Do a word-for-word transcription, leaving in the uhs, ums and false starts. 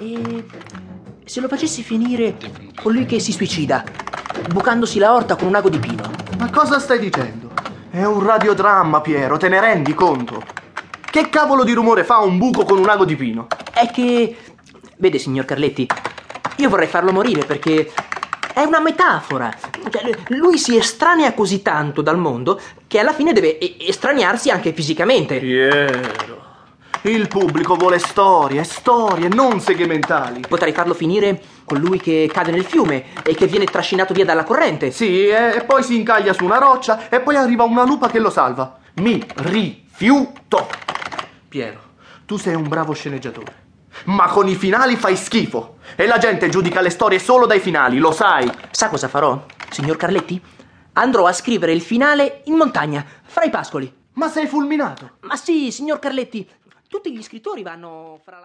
E se lo facessi finire con lui che si suicida, bucandosi la aorta con un ago di pino? Ma cosa stai dicendo? È un radiodramma, Piero, te ne rendi conto? Che cavolo di rumore fa un buco con un ago di pino? È che... Vede, signor Carletti, io vorrei farlo morire perché è una metafora. Cioè, lui si estranea così tanto dal mondo che alla fine deve estraniarsi anche fisicamente. Piero, il pubblico vuole storie, storie, non seghe mentali. Potrei farlo finire con lui che cade nel fiume e che viene trascinato via dalla corrente. Sì, e, e poi si incaglia su una roccia e poi arriva una lupa che lo salva. Mi rifiuto. Piero, tu sei un bravo sceneggiatore, ma con i finali fai schifo. E la gente giudica le storie solo dai finali, lo sai. Sa cosa farò, signor Carletti? Andrò a scrivere il finale in montagna, fra i pascoli. Ma sei fulminato. Ma sì, signor Carletti, tutti gli scrittori vanno fra la...